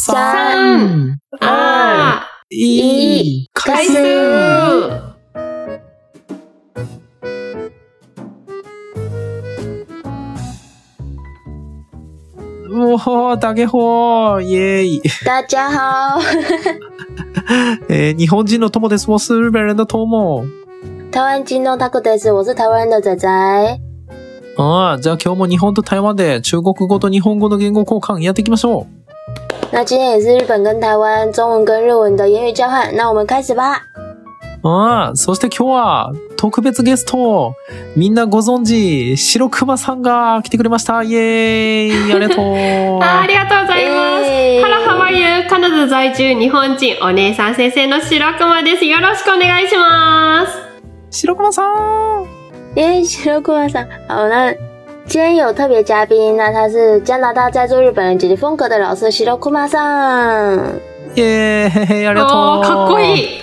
3、2、1、開始。 大家好，イエーイ。 大家好。 日本人の友です。我是日本人的友。 台湾人のタコです。我是台湾人的仔仔。 じゃあ今日も日本と台湾で中国語と日本語の言語交換やっていきましょう。 那今天也是日本跟台湾中文跟日文的言语交換。那我们開始吧。 そして今日は特別ゲスト、みんなご存知、白熊さんが来てくれました。イエーイ、ありがとう。 ありがとうございます。Hello, how are you? カナダ在住日本人お姉さん先生の白熊です。よろしくお願いします。 白熊さん。 白熊さん。好，那今天有特别嘉宾，那他是加拿大在做日本人姐姐风格的老师白熊さん。 イエーイ、ありがとう。 かっこいい。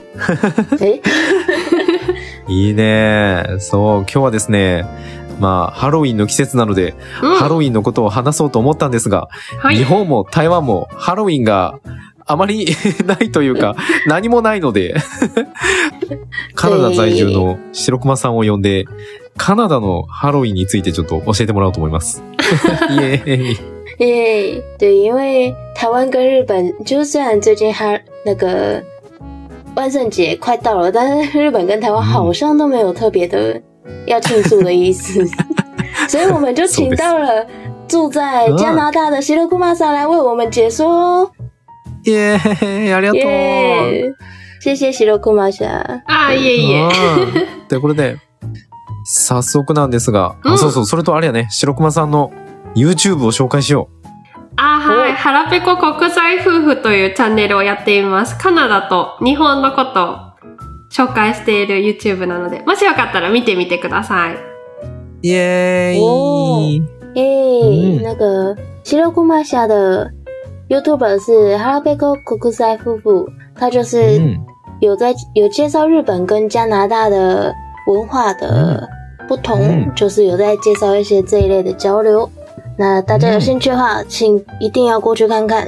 いいね。そう、今日はですね、ハロウィンの季節なので、ハロウィンのことを話そうと思ったんですが、日本も台湾もハロウィンがあまりないというか、何もないので、カナダ在住の白熊さんを呼んで、カナダのハロウィンについてちょっと教えてもらおうと思います。イエーイ。 对，因为台湾跟日本，就是虽然最近那个万圣节快到了，但是日本跟台湾好像都没有特别的要庆祝的意思，所以我们就请到了住在加拿大的白熊さん来为我们解说哦。 耶，ありがとう。 谢谢白熊さん。 いえいえ。 で、これで、早速なんですが、そうそう、それとあれやね、白熊さんの YouTube を紹介しよう。 はい。はらぺこ国際夫婦というチャンネルをやっています。カナダと日本のことを紹介している YouTube なので、もしよかったら見てみてください。 イエーイ。那个白熊さん的 YouTuber 是哈拉贝科国際夫婦，他就是有介绍日本跟加拿大的文化的不同，就是有在介绍一些这一类的交流。那大家有興趣的話、請一定要過去看看。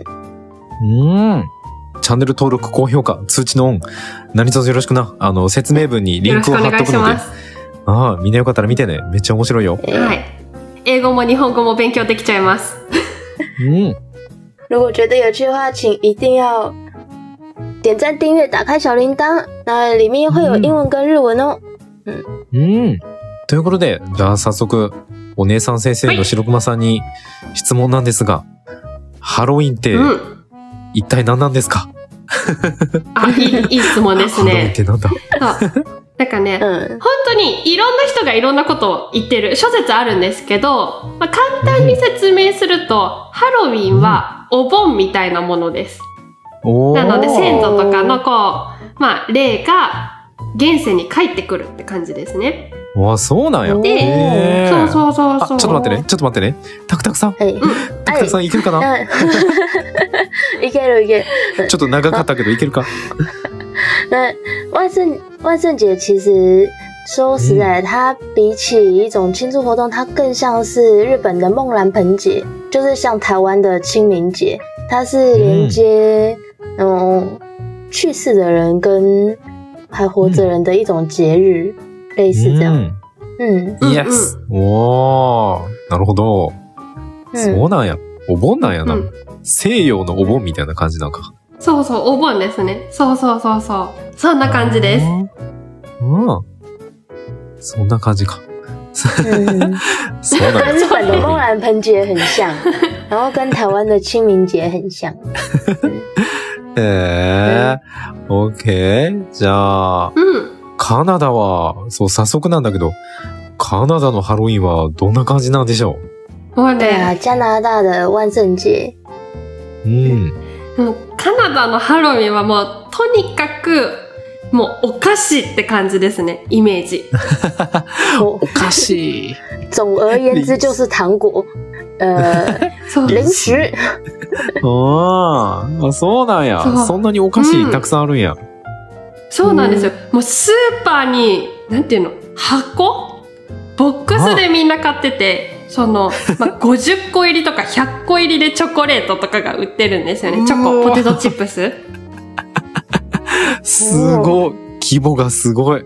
チャンネル登録、高評価、通知のオン、何卒よろしくな。説明文にリンクを貼っとくので。みんなよかったら見てね。めっちゃ面白いよ。 はい。英語も日本語も勉強できちゃいます。 如果觉得有趣的話、請一定要點讚、訂閱、打開小鈴鐺。那裡面會有英文跟日文哦。 ということで、じゃあ早速、お姉さん先生の白熊さんに質問なんですが、ハロウィンって一体何なんですか？ いい質問ですね。 ハロウィンってなんだ？ なんかね、本当にいろんな人がいろんなことを言ってる諸説あるんですけど、簡単に説明すると、ハロウィンはお盆みたいなものです。なので先祖とかの霊が現世に帰ってくるって感じですね。 そうなんや。 そう。 ちょっと待ってね。タクタクさん。タクタクさんいけるかな？ いける。 ちょっと長かったけどいけるか？ 那万圣节其实说实在，它比起一种庆祝活动，它更像是日本的盂兰盆节，就是像台湾的清明节，它是连接去世的人跟还活着人的一种节日。类似这样。 Yes。なるほど。そうなんや。お盆なんやな。西洋のお盆みたいな感じなんか。 そう、お盆ですね。そう。そんな感じです。 そんな感じか。 そうなんや。跟日本的盂蘭盆节很像，然后跟台湾的清明节很像。 OK。じゃあ。カナダは、早速なんだけど、カナダのハロウィンはどんな感じなんでしょう？对啊，加拿大的万圣节。 カナダのハロウィンはもう、とにかく、もうお菓子って感じですね、イメージ。 お菓子。 總而言之就是糖果。零食。 そうなんや。そんなにお菓子たくさんあるんや。 そうなんですよ。もうスーパーに、なんていうの、箱ボックスでみんな買ってて、 50個入りとか100個入りでチョコレートとかが売ってるんですよね。チョコ、ポテトチップス。 すごい。規模がすごい。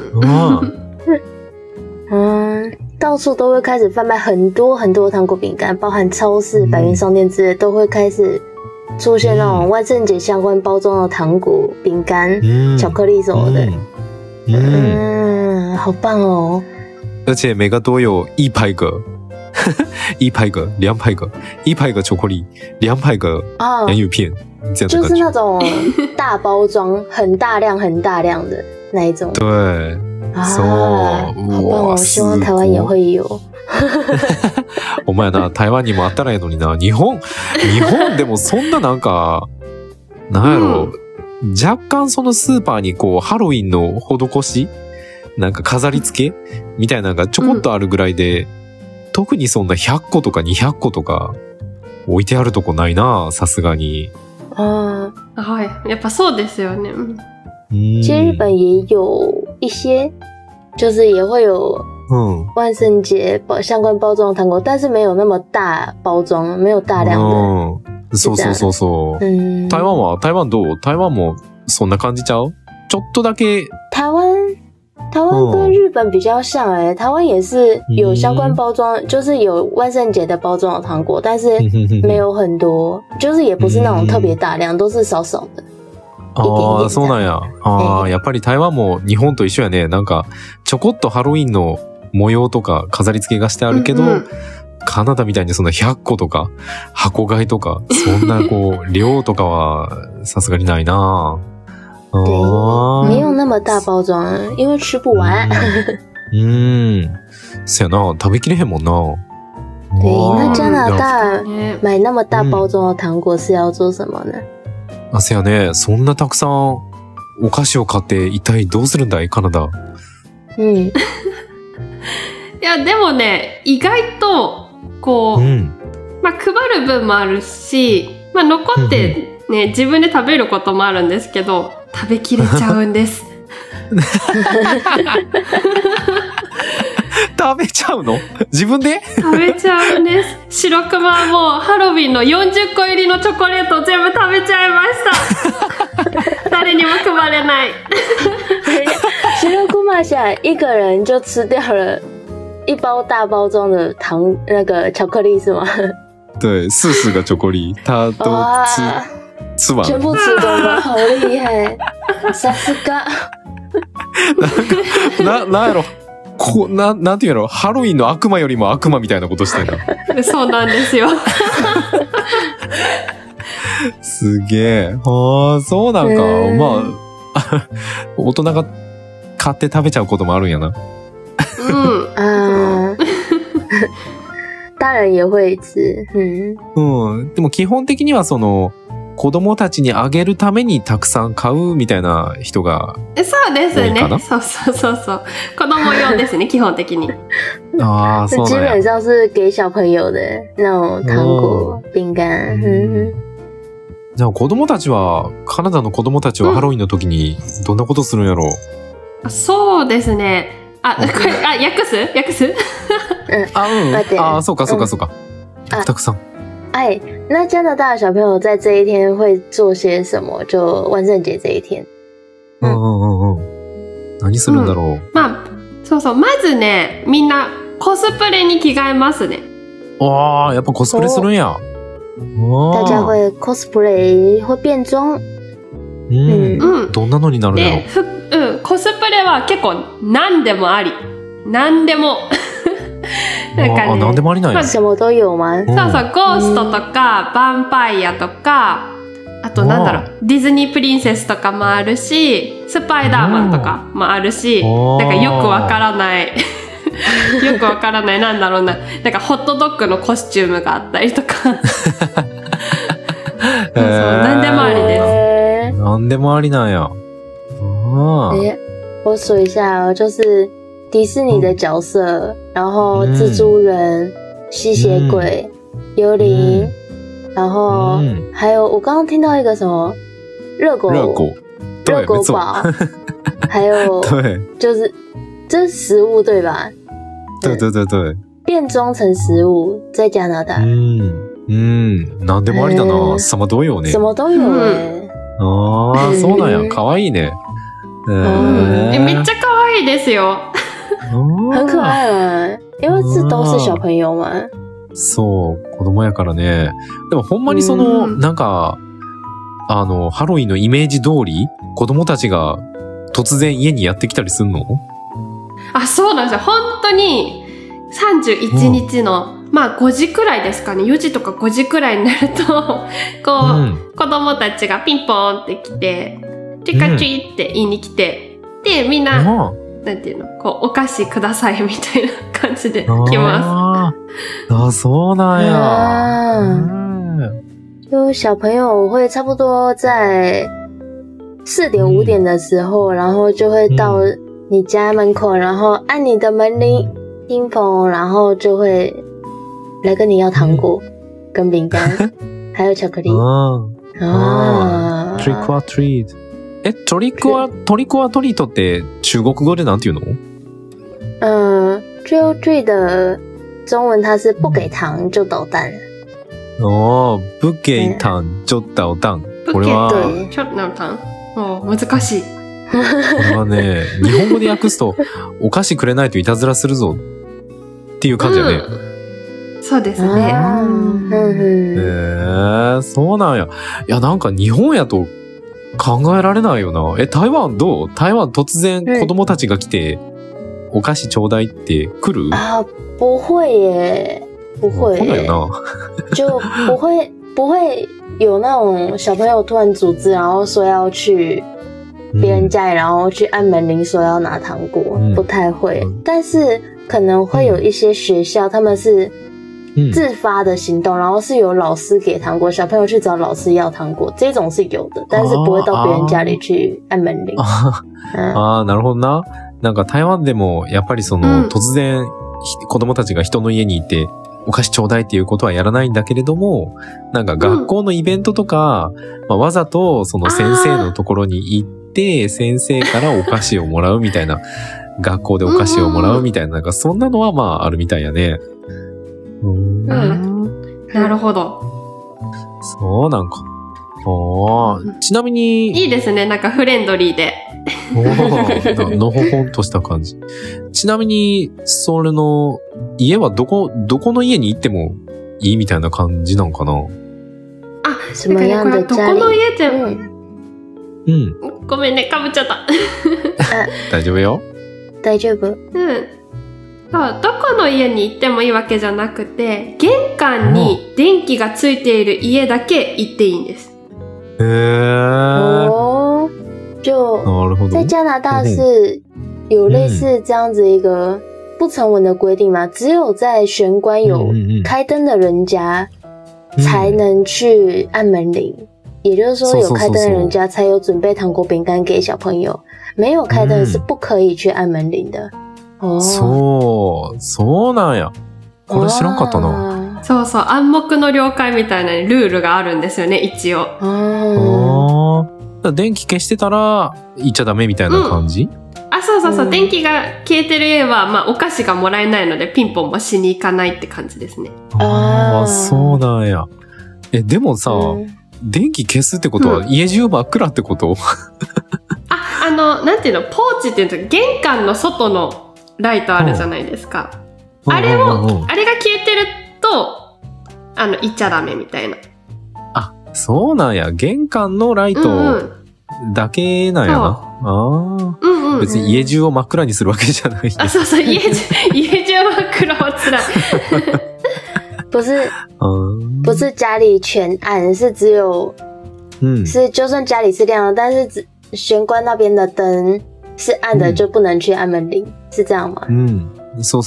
到处都会开始贩卖很多很多糖果饼干，包含超市、百元商店之类，都会开始出现那种万圣节相关包装的糖果、饼干、巧克力什么的。好棒哦！ 而且每个都有100个，100个、200个，100个巧克力，200个洋芋片，这样的感觉。 就是那种大包装，很大量、很大量的那一种。 对。 そう。好棒哦！希望台湾也会有。 お前な、台湾にもあったらいいのにな。日本でもそんななんか、なんやろ、若干そのスーパーにこう、ハロウィンの施しなんか飾り付けみたいなのがちょこっとあるぐらいで、特にそんな100個とか200個とか置いてあるとこないな、さすがに。 はい。やっぱそうですよね。 其实日本也有一些，就是也会有万圣节相关包装的糖果，但是没有那么大包装，没有大量的。 そうそうそうそう。台湾どう？台湾もそんな感じちゃう？ちょっとだけ。 台湾跟日本比较像台湾也是有相关包装，就是有万圣节的包装的糖果，但是没有很多，就是也不是那种特别大量，都是少少的。 そうなんや。やっぱり台湾も日本と一緒やね。なんか、ちょこっとハロウィンの模様とか飾り付けがしてあるけど、カナダみたいにその100個とか箱買いとか、そんなこう、量とかはさすがにないな。 没有那么大包装，因为吃不完。 そやな、食べきれへんもんな。 对，那加拿大买那么大包装的糖果是要做什么呢？ せやね、そんなたくさんお菓子を買って一体どうするんだい、カナダ。 いや、でもね、意外と、こう、配る分もあるし、残ってね、自分で食べることもあるんですけど、食べきれちゃうんです。 食べちゃうの？自分で？ 食べちゃうんです。白熊はもうハロウィンの40個入りのチョコレートを全部食べちゃいました。誰にも配れない。 白熊想一个人就吃掉了一包大包装的那个巧克力是吗？ 对，40个巧克力，他都吃完了。 全部吃光了，好厉害！さすが。 なんやろ。なんていうの、ハロウィンの悪魔よりも悪魔みたいなことしてる。 そうなんですよ。 すげえ。そうなんか。大人が買って食べちゃうこともあるんやな。 大人也会吃。 でも基本的にはその、子供たちにあげるためにたくさん買うみたいな人が多いかな。 そうですね。そう。子供用ですね、基本的に。 そうなんや。 基本上是给小朋友的那种糖果、饼干。 じゃあカナダの子供たちはハロウィンの時にどんなことするんやろう？ そうですね。訳す？ そうか。たくさん。 那加拿大的小朋友在这一天会做些什么？就万圣节这一天。 何するんだろう？ そう。まずね、みんなコスプレに着替えますね。 やっぱコスプレするんや。 大家会 cosplay 会变装。 どんなのになるんやろ？ コスプレは結構何でもあり。何でも。なんかね、 何でもありなんや。 什么都有吗？ そう、ゴーストとか、ヴァンパイアとか、あとなんだろう、ディズニープリンセスとかもあるし、スパイダーマンとかもあるし、なんかよくわからない、なんだろうな、なんかホットドッグのコスチュームがあったりとか。何でもありです。 何でもありなんや。 我数一下就是迪士尼的角色，然后蜘蛛人、吸血鬼、幽灵，然后还有我刚刚听到一个什么热狗堡，还有就是这是食物对吧？ 对。 变装成食物在加拿大。 なんでもありだな。什么都有ね。 什么都有欸。 ああ、そうなんや。かわいいね。 めっちゃ可愛いですよ。 很可愛啊。因为这都是小朋友嘛。 そう、子供やからね。でもほんまにその、なんか、ハロウィンのイメージ通り、子供たちが突然家にやってきたりすんの？ あ、そうなんですよ。本当に、31日の、まあ5時くらいですかね。4時とか5時くらいになると、子供たちがピンポーンって来て、チカチーって言いに来て、で、みんな、なんていうの、お菓子くださいみたいな感じで来ます。 あ、そうなんや。 就小朋友会差不多在4点5点的时候，然后就会到你家门口，然后按你的门铃，叮咚，然后就会来跟你要糖果、跟饼干，还有巧克力。 トリックオアトリート。トリックオアトリートって中国語でなんて言うの ？Trick or treat 的中文它是不给糖就捣蛋。 不给糖就捣蛋。これは、 ちょっと捣蛋。難しい。 これはね、日本語で訳すと、お菓子くれないといたずらするぞっていう感じだね。 そうですね。 そうなんや。いや、なんか日本やと考えられないよな。台湾どう？台湾突然子供たちが来て、お菓子ちょうだいって来る？ 不会耶。不会耶，就不会有那种小朋友突然组织，然后说要去别人家里，然后去按门铃说要拿糖果，不太会。但是可能会有一些学校，他们是自发的行动，然后是有老师给糖果，小朋友去找老师要糖果，这种是有的，但是不会到别人家里去按门铃。 なるほどな。なんか台湾でもやっぱりその突然子供たちが人の家にいてお菓子ちょうだいっていうことはやらないんだけれども、なんか学校のイベントとか、わざとその先生のところに行って、先生からお菓子をもらうみたいな、学校でお菓子をもらうみたいな、なんかそんなのはまああるみたいやね。 なるほど。 そうなんか。ちなみに。 いいですね、なんかフレンドリーで。 のほほんとした感じ。ちなみに、それの、家はどこの家に行ってもいいみたいな感じなんかな？ 什么样的家里？ どこの家でも。ごめんね、かぶっちゃった。 大丈夫よ。 大丈夫。 どこの家に行ってもいいわけじゃなくて、玄関に電気がついている家だけ行っていいんです。 就在加拿大是有类似这样子一个不成文的规定嘛，只有在玄关有开灯的人家才能去按门铃，也就是说有开灯的人家才有准备糖果饼干给小朋友，没有开灯是不可以去按门铃的。 そうなんや。これ知らんかったな。 そうそう、暗黙の了解みたいなルールがあるんですよね、一応。 電気消してたら行っちゃダメみたいな感じ？ そう、電気が消えてる家は、まあ、お菓子がもらえないので、ピンポンもしに行かないって感じですね。 そうなんや。でもさ、電気消すってことは、家中真っ暗ってこと？ なんていうの、ポーチっていうと、玄関の外のライトあるじゃないですか。あれが消えてると、行っちゃダメみたいな。 そうなんや。玄関のライトだけなんやな。別に家中を真っ暗にするわけじゃない。 そう、家中真っ暗は辛い。 不是家里全暗，是只有，是就算家里是亮的，但是玄关那边的灯是暗的，就不能去按门铃，是这样吗？ そう。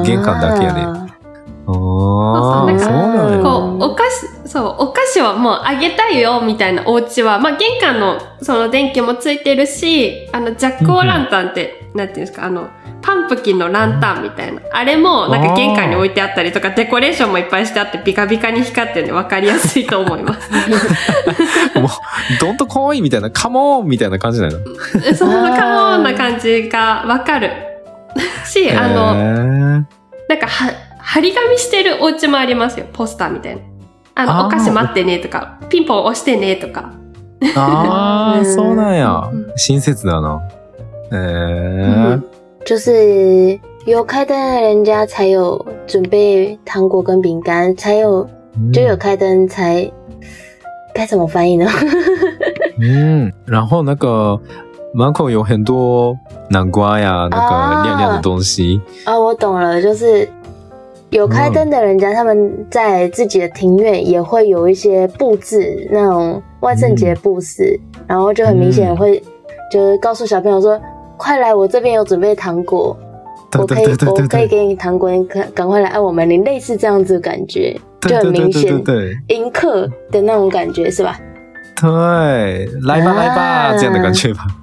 玄関だけやね。 そうなんや。お菓子はもうあげたいよみたいなお家は、まあ玄関のその電気もついてるし、ジャックオーランタンって、なんていうんですか、パンプキンのランタンみたいな。あれもなんか玄関に置いてあったりとか、デコレーションもいっぱいしてあってビカビカに光ってるんで分かりやすいと思います。 もう、どんと可愛いみたいな、カモンみたいな感じだよ。 そのカモンな感じが分かる。し、 なんか張り紙してるお家もありますよ。ポスターみたいな。お菓子待ってねとか、ピンポン押してねとか。 ああ、そうなんや。親切だな。 就是有开灯的人家才有准备糖果跟饼干，才有就有开灯才该怎么翻译呢？ 然后那个门口有很多南瓜呀，那个亮亮的东西。 我懂了，就是有开灯的人家，他们在自己的庭院也会有一些布置，那种万圣节布置，然后就很明显会就是告诉小朋友说，快来，我这边有准备糖果。我可以给你糖果，你赶快来按我门铃，类似这样子的感觉，就很明显迎客的那种感觉，是吧？ 对，来吧来吧，这样的感觉吧。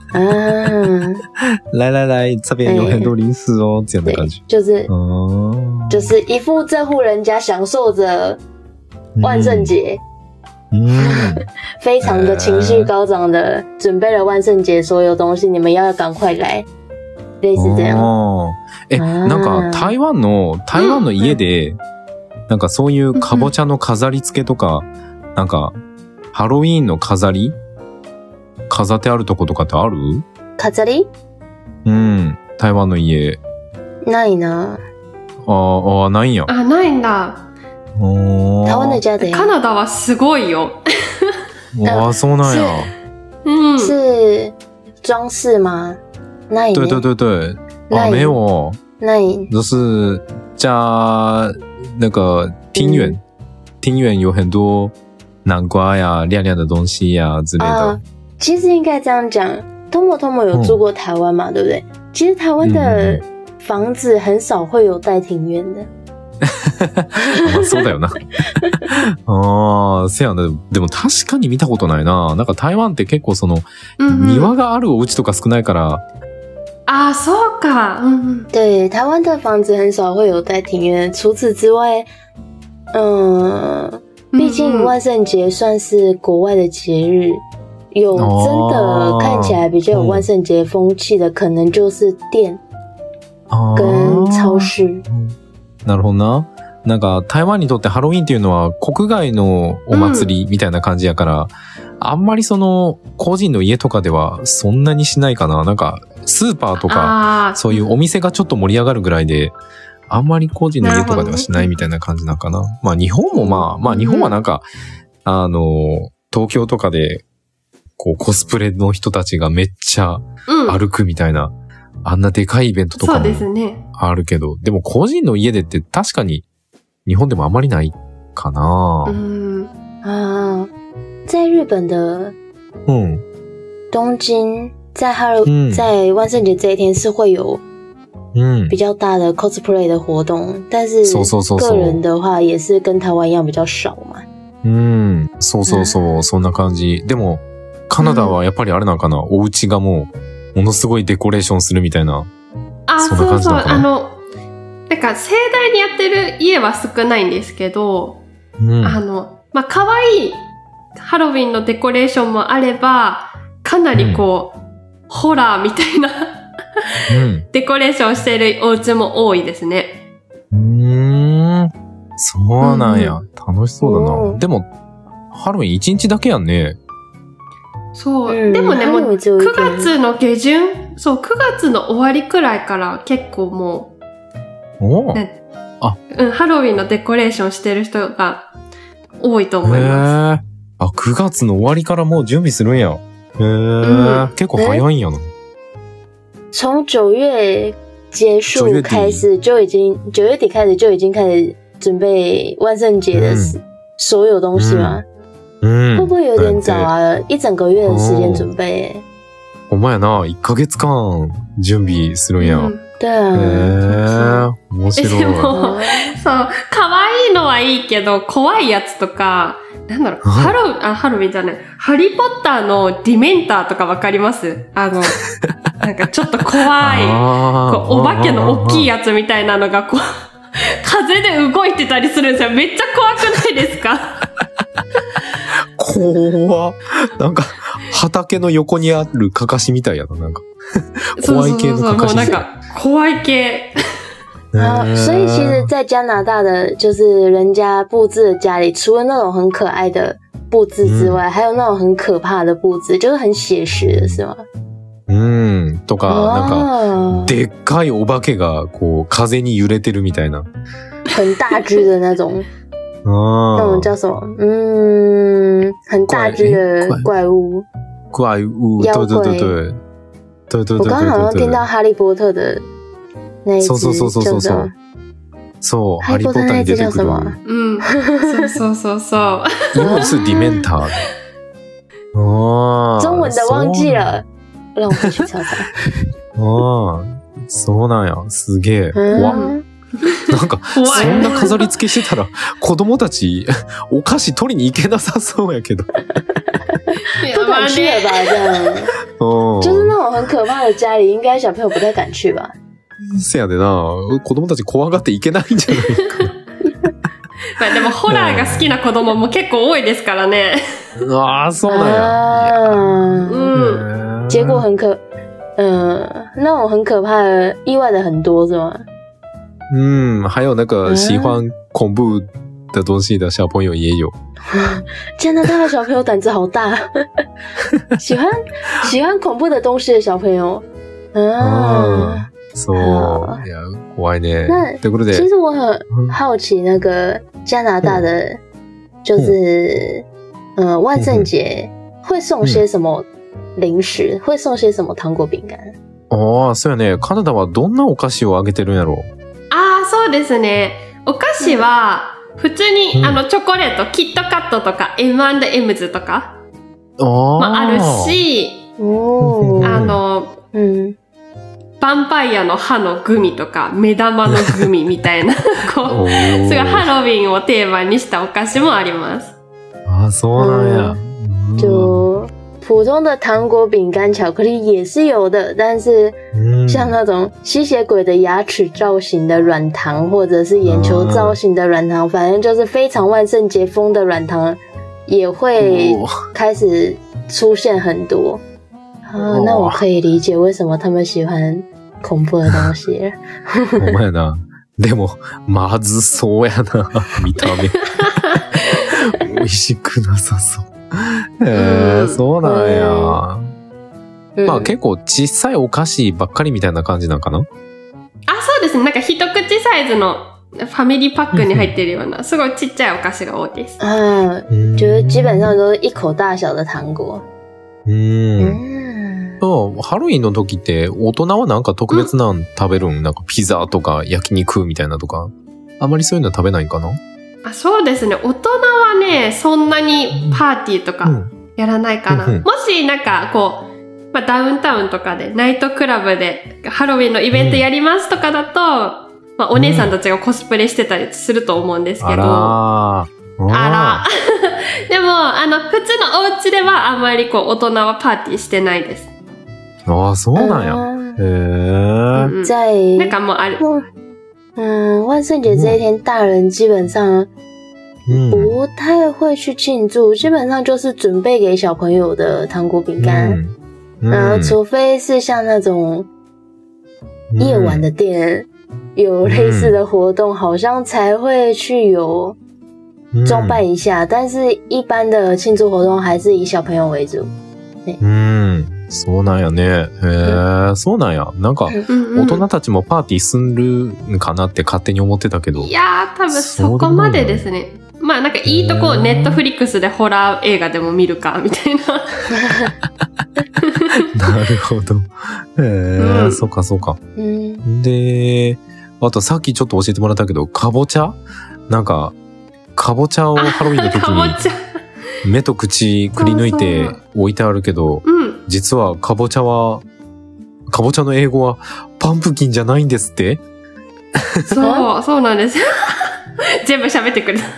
来，这边有很多零食哦，这样的感觉。 就是一副这户人家享受着万圣节，非常的情绪高涨的准备了万圣节所有东西，你们要赶快来。类似这样。 なんか台湾の家で、なんかそういうかぼちゃの飾り付けとか、なんかハロウィーンの飾ってあるとことかってある？ 飾り？ 台湾の家。 ないな。 ないんや。 ないんだ。 台湾的家怎样？ カナダはすごいよ。 そうなんや。 是装饰吗？ 对，没有，就是家那个庭院有很多南瓜呀、亮亮的东西呀之类的。 其实应该这样讲，Tomo 有住过台湾嘛，对不对？其实台湾的房子很少会有带庭院的。 そうだよな。せやな。でも確かに見たことないな。なんか台湾って結構その庭があるお家とか少ないから。 そうか。 对，台湾的房子很少会有带庭院。除此之外，毕竟万圣节算是国外的节日，有真的看起来比较有万圣节风气的，可能就是店跟超市。 なるほどな。なんか台湾にとってハロウィンっていうのは国外のお祭りみたいな感じやから、あんまりその個人の家とかではそんなにしないかな。なんかスーパーとかそういうお店がちょっと盛り上がるぐらいで、あんまり個人の家とかではしないみたいな感じなんかな。まあ日本もまあ日本はなんか東京とかでこうコスプレの人たちがめっちゃ歩くみたいな、あんなでかいイベントとかもあるけど、でも個人の家でって確かに日本でもあまりないかな。 在日本的东京，在万圣节这一天是会有比较大的 cosplay 的活动，但是个人的话也是跟台湾一样比较少嘛。 そうそんな感じ。でもカナダはやっぱりあれなんかな、お家がものすごいデコレーションするみたいな。そんな感じなのかな。 なんか盛大にやってる家は少ないんですけど、可愛いハロウィンのデコレーションもあれば、かなりこう、ホラーみたいなデコレーションしてるお家も多いですね。 そうなんや。楽しそうだな。でも、ハロウィン1日だけやんね。 そう。でもね、もう9月の下旬、9月の終わりくらいから結構もう、ハロウィンのデコレーションしてる人が多いと思います。 9月の終わりからもう準備するんや。結構早いんやな。 从9月结束开始就已经9月底开始就已经开始准备万圣节的所有东西吗？会不会有点早啊？一整个月的时间准备。 ほんまやな。1ヶ月間準備するんや。 对啊。 面白い。 でも、可愛いのはいいけど、怖いやつとか、なんだろう、ハロウィンじゃない、ハリーポッターのディメンターとかわかります？なんかちょっと怖い、お化けの大きいやつみたいなのがこう、風で動いてたりするんですよ。めっちゃ怖くないですか？ 怖っ。なんか、畑の横にあるかかしみたいやな、なんか。怖い系のかかし。 もうなんか、怖い系。 所以其实在加拿大的就是人家布置的家里，除了那种很可爱的布置之外，还有那种很可怕的布置，就是很写实的是吗？ とか、なんか、でっかいお化けが、こう、風に揺れてるみたいな。 很大只的那种。那种叫什么？很大只的怪物。 怪物， 妖怪。 对。 我刚刚好像听到哈利波特的那一只， そう、 哈利波特那一只叫什么？ そう。 因为是ディメンター。 中文的忘记了。让我回去查查。 そうなんや。すげえ。なんか、そんな飾り付けしてたら、子供たち、お菓子取りに行けなさそうやけど。 不敢去了吧？这样。就是那种很可怕的家里，应该小朋友不太敢去吧？ せやでな。子供たち怖がって行けないんじゃないか。 まあでもホラーが好きな子供も結構多いですからね。 そうなんや。 结果那种很可怕的意外的很多是吗？ 还有那个喜欢恐怖的东西的小朋友也有。 加拿大的小朋友胆子好大。喜欢恐怖的东西的小朋友。 そう。いや、怖いね。ということで。 其实我很好奇那个加拿大的就是万圣节会送些什么零食，会送些什么糖果饼干？ そうやね。カナダはどんなお菓子をあげてるんやろ？ そうですね。お菓子は普通に、チョコレート、キットカットとか M&M's とかあるし、ヴァンパイアの歯のグミとか目玉のグミみたいなこうすごいハロウィンをテーマにしたお菓子もあります。 そうなんや。 就普通的糖果、饼干、巧克力也是有的，但是像那种吸血鬼的牙齿造型的软糖，或者是眼球造型的软糖，反正就是非常万圣节风的软糖，也会开始出现很多。那我可以理解为什么他们喜欢恐怖的东西。 ほんまやな。でも、まずそうやな、見た目。美味しくなさそう。そうなんや。まあ結構小さいお菓子ばっかりみたいな感じなんかな？ そうですね。なんか一口サイズのファミリーパックに入ってるような、すごいちっちゃいお菓子が多いです。 就是基本上都是一口大小的糖果。 ハロウィンの時って大人はなんか特別なん食べるん？なんかピザとか焼肉みたいなとか。あまりそういうの食べないんかな？ そうですね。大人はね、そんなにパーティーとかやらないかな。もしなんかこう、ダウンタウンとかでナイトクラブでハロウィンのイベントやりますとかだと、お姉さんたちがコスプレしてたりすると思うんですけど。でも、普通のお家ではあんまりこう大人はパーティーしてないです。 そうなんや。 在なんかもうある。 万圣节这一天，大人基本上不太会去庆祝，基本上就是准备给小朋友的糖果饼干。除非是像那种夜晚的店有类似的活动，好像才会去有装扮一下，但是一般的庆祝活动还是以小朋友为主。 そうなんやね。そうなんや。なんか、大人たちもパーティーするんかなって勝手に思ってたけど。 いやー、多分そこまでですね。まあなんかいいとこ、ネットフリックスでホラー映画でも見るか、みたいな。 なるほど。そうかそうか。で、あとさっきちょっと教えてもらったけど、かぼちゃ？なんか、かぼちゃをハロウィンの時に目と口くり抜いて置いてあるけど、実はかぼちゃの英語はパンプキンじゃないんですって？ そうなんです。全部喋ってくれた。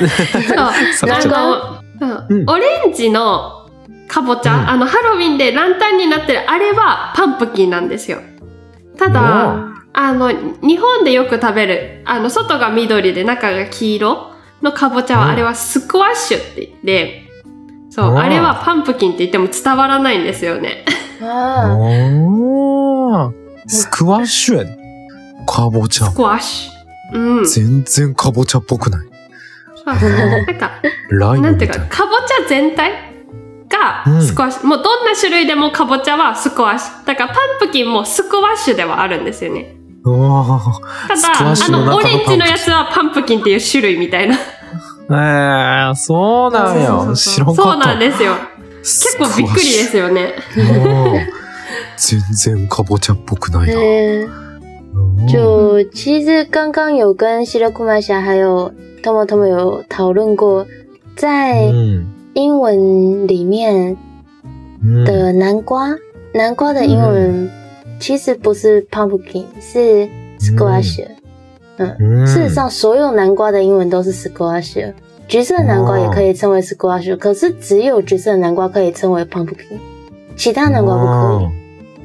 オレンジのかぼちゃ、ハロウィンでランタンになってるあれはパンプキンなんですよ。ただ、日本でよく食べる、外が緑で中が黄色のかぼちゃは、あれはスクワッシュって言って、あれはパンプキンって言っても伝わらないんですよね。 スクワッシュや。かかぼちゃ。 スクワッシュ。 全然かぼちゃっぽくない。 なんか、なんていうか、かぼちゃ全体がスクワッシュ。もうどんな種類でもかぼちゃはスクワッシュ。だからパンプキンもスクワッシュではあるんですよね。ただ、オレンジのやつはパンプキンっていう種類みたいな。 そうなんや。知らんかった。 そうなんですよ。結構びっくりですよね。 全然かぼちゃっぽくないな。 就其实刚刚有跟希勒库玛霞还有Tomo有讨论过，在英文里面的南瓜，南瓜的英文其实不是 pumpkin， 是 squash。事实上所有南瓜的英文都是 squash。橘色南瓜也可以称为 squash， 可是只有橘色南瓜可以称为 pumpkin， 其他南瓜不可以。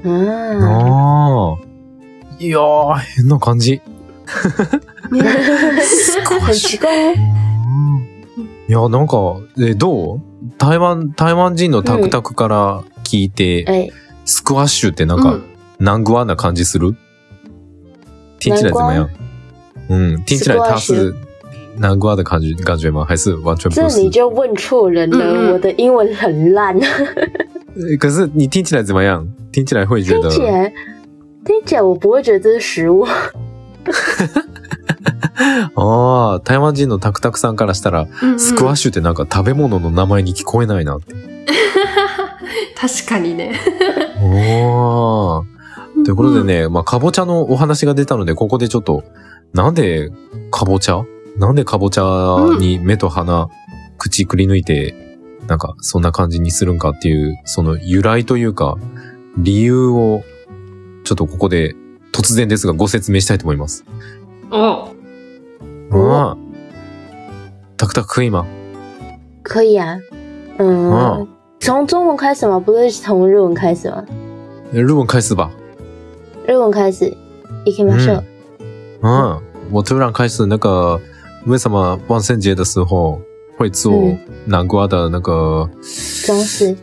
いやー、変な感じ。 很奇怪。 いや、なんか、どう？台湾人のタクタクから聞いて、スクワッシュってなんか、南瓜な感じする？听起来怎么样？听起来它是南瓜的感觉吗？还是完全不是？ 这你就问错人了，我的英文很烂。 可是你听起来怎么样？听起来会觉得？ 听起来我不会觉得这是食物。 台湾人のタクタクさんからしたら、スクワッシュってなんか食べ物の名前に聞こえないなって。 確かにね。 ということでね、かぼちゃのお話が出たので、ここでちょっと、なんでかぼちゃに目と鼻、口くり抜いて、なんかそんな感じにするんかっていう、その由来というか、理由を、ちょっとここで突然ですがご説明したいと思います。タクタク可以吗？ 可以啊。从中文开始吗？不是从日文开始吗？ 日文开始吧。 日文开始，行きましょう。 我突然开始那个，为什么万圣节的时候会做南瓜的那个装饰？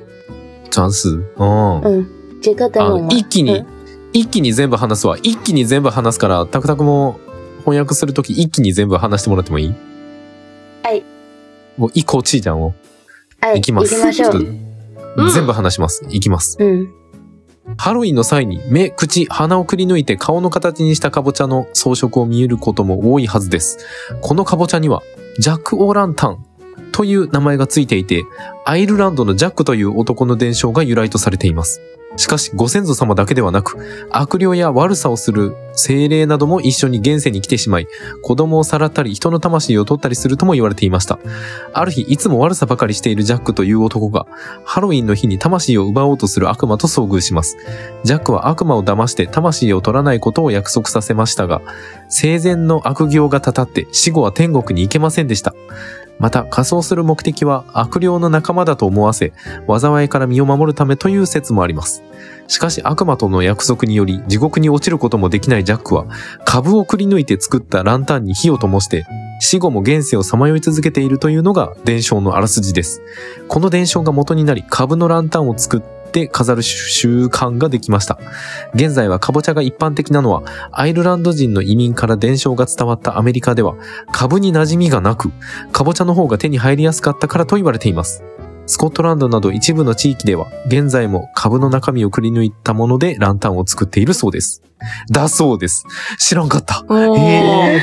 捷克灯笼吗？ 一気に全部話すわ。一気に全部話すから、タクタクも翻訳するとき一気に全部話してもらってもいい？ はい。 もう一口じゃんを。 はい。 いきます。 行きましょう。 全部話します。いきます。ハロウィンの際に目、口、鼻をくり抜いて顔の形にしたカボチャの装飾を見えることも多いはずです。このカボチャには、ジャック・オーランタンという名前がついていて、アイルランドのジャックという男の伝承が由来とされています。しかし、ご先祖様だけではなく、悪霊や悪さをする精霊なども一緒に現世に来てしまい、子供をさらったり人の魂を取ったりするとも言われていました。ある日、いつも悪さばかりしているジャックという男が、ハロウィンの日に魂を奪おうとする悪魔と遭遇します。ジャックは悪魔を騙して魂を取らないことを約束させましたが、生前の悪行がたたって死後は天国に行けませんでした。また、仮装する目的は悪霊の仲間だと思わせ、災いから身を守るためという説もあります。しかし悪魔との約束により地獄に落ちることもできないジャックは、株をくり抜いて作ったランタンに火を灯して、死後も現世をさまよい続けているというのが伝承のあらすじです。この伝承が元になり、株のランタンを作って飾る習慣ができました。現在はカボチャが一般的なのは、アイルランド人の移民から伝承が伝わったアメリカでは、株に馴染みがなく、カボチャの方が手に入りやすかったからと言われています。スコットランドなど一部の地域では、現在も株の中身をくり抜いたものでランタンを作っているそうです。だそうです。知らんかった。 面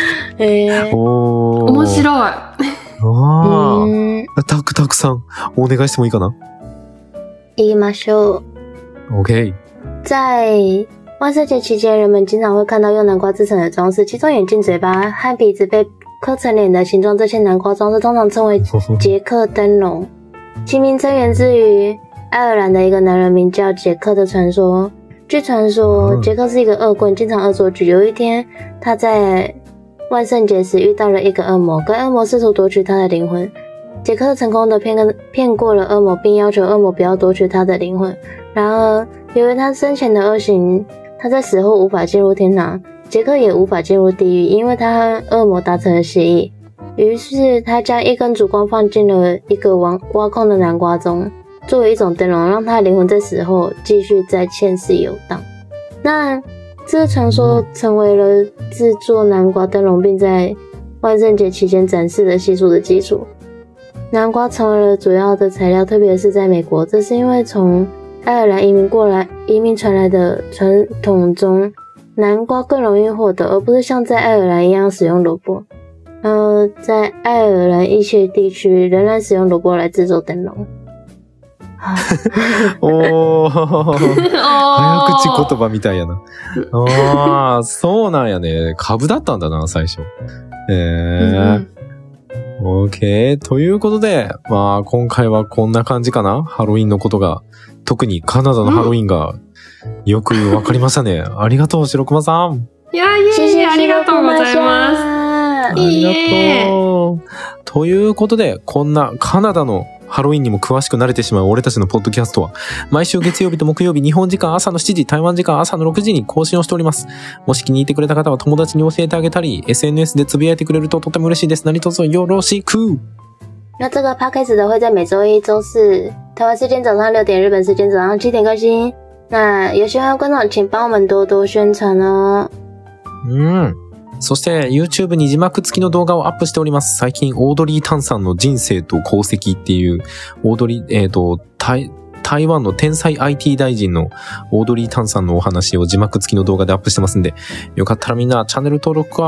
白い。 たくさんお願いしてもいいかな？ 行きましょう。OK。 在万圣节期间，人们经常会看到用南瓜制成的装饰，其中眼睛、嘴巴和鼻子被刻成脸的形状。这些南瓜装饰通常称为捷克灯笼。其名称源自于爱尔兰的一个男人名叫杰克的传说。据传说，杰克是一个恶棍，经常恶作剧。有一天，他在万圣节时遇到了一个恶魔，该恶魔试图夺取他的灵魂。杰克成功的骗过了恶魔，并要求恶魔不要夺取他的灵魂。然而，由于他生前的恶行，他在死后无法进入天堂，杰克也无法进入地狱，因为他和恶魔达成了协议。于是他将一根烛光放进了一个挖空的南瓜中，作为一种灯笼，让他的灵魂在死后继续在现世游荡。那这个传说成为了制作南瓜灯笼并在万圣节期间展示的习俗的基础。南瓜成为了主要的材料，特别是在美国，这是因为从爱尔兰移民传来的传统中，南瓜更容易获得，而不是像在爱尔兰一样使用萝卜。在爱尔蘭一些地区仍然使用萝卜来制作灯笼。 おー、早口言葉みたいやな。ああ、そうなんやね。株だったんだな、最初。OK。ということで、まあ、今回はこんな感じかな。ハロウィンのことが、特にカナダのハロウィンがよくわかりましたね。ありがとう、白熊さん。 いやいえいえ、ありがとうございます。 ありがとう。ということで、こんなカナダのハロウィンにも詳しく慣れてしまう俺たちのポッドキャストは、毎週月曜日と木曜日、日本時間朝の7時、台湾時間朝の6時に更新をしております。もし気に入ってくれた方は友達に教えてあげたり、SNS でつぶやいてくれるととても嬉しいです。何卒よろしく。 那这个 podcast 的会在每周一、周四，台湾时间早上6点，日本时间早上7点更新。那有喜欢的观众，请帮我们多多宣传哦。 そして YouTube に字幕付きの動画をアップしております。最近オードリー・タンさんの人生と功績っていうオードリー、台湾の天才 IT 大臣のオードリー・タンさんのお話を字幕付きの動画でアップしてますんで、よかったらみんなチャンネル登録、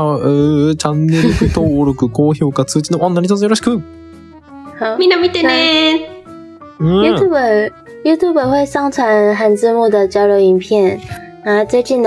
高評価、通知のオン何卒よろしく。 みんな見てね。 YouTube 会上传韩字幕的交流影片。最近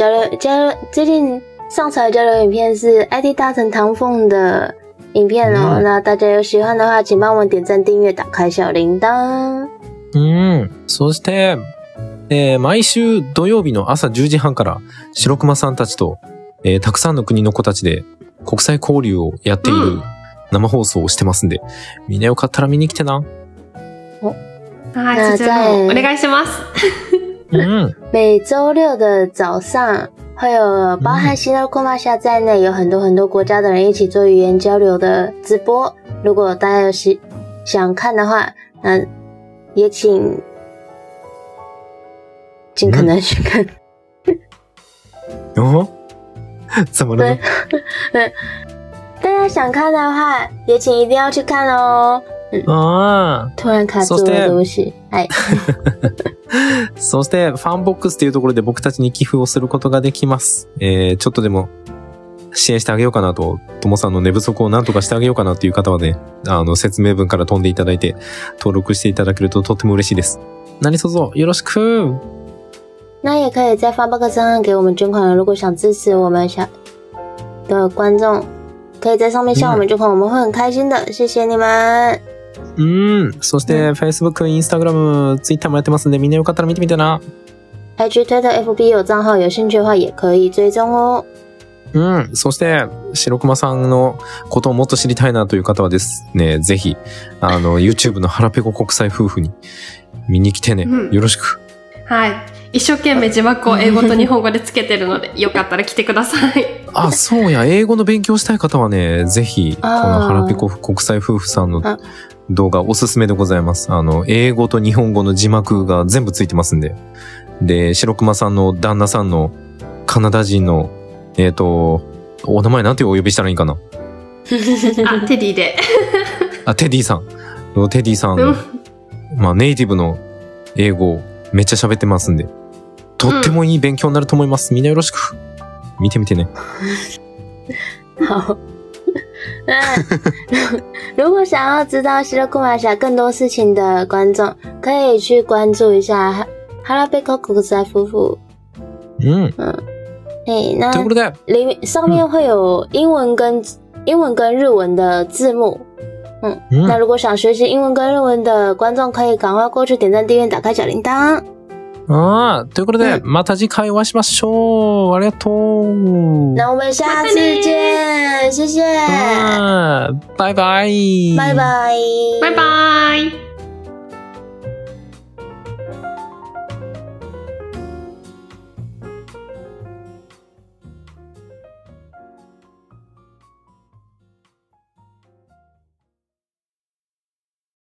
上传的交流影片是 IT 大神唐凤的影片哦。那大家有喜欢的话，请帮我们点赞、订阅、打開小鈴鐺。 そして、毎週土曜日の朝10時半から白熊さんたちと、たくさんの国の子たちで国際交流をやっている生放送をしてますんで、みんなよかったら見に来てな。 はい、そちらもお願いします。 每周六的早上。会有包含西诺库玛夏在内，有很多国家的人一起做语言交流的直播。如果大家有想看的话，那也请尽可能去看。 哦，怎么了？ 对，大家想看的话，也请一定要去看哦。突然卡住了，对不起。はい。 そして、ファンボックスというところで僕たちに寄付をすることができます。ちょっとでも支援してあげようかなと、ともさんの寝不足をなんとかしてあげようかなっていう方はね、説明文から飛んでいただいて、登録していただけるととっても嬉しいです。何卒よろしく。 那也可以在 Funbox 上给我们捐款，如果想支持我们的观众，可以在上面向我们捐款，我们会很开心的。谢谢你们。 そして、Facebook、Instagram、Twitter もやってますんで、みんなよかったら見てみてな。 IG、Twitter、FB 有账号，有興趣的話也可以追蹤哦。 そして、白熊さんのことをもっと知りたいなという方はですね、ぜひ、YouTube の腹ペコ国際夫婦に見に来てね。よろしく。 はい。一生懸命字幕を英語と日本語でつけてるので、よかったら来てください。 あ、そうや。英語の勉強したい方はね、ぜひ、この腹ペコ国際夫婦さんの動画おすすめでございます。英語と日本語の字幕が全部ついてますんで。で、白熊さんの旦那さんのカナダ人の、お名前なんてお呼びしたらいいかな。 テディで。 テディさん。テディさん、まあネイティブの英語をめっちゃ喋ってますんで、とってもいい勉強になると思います。みんなよろしく。見てみてね。 好。如果想要知道西洛库玛峡更多事情的观众，可以去关注一下哈拉贝克国際夫婦。那上面会有英文跟日文的字幕。那如果想学习英文跟日文的观众，可以赶快过去点赞、订阅、打开小铃铛。 ということで、また次回お会いしましょう。ありがとう。 那我们下次见，谢谢。 拜拜。 拜拜。 拜拜。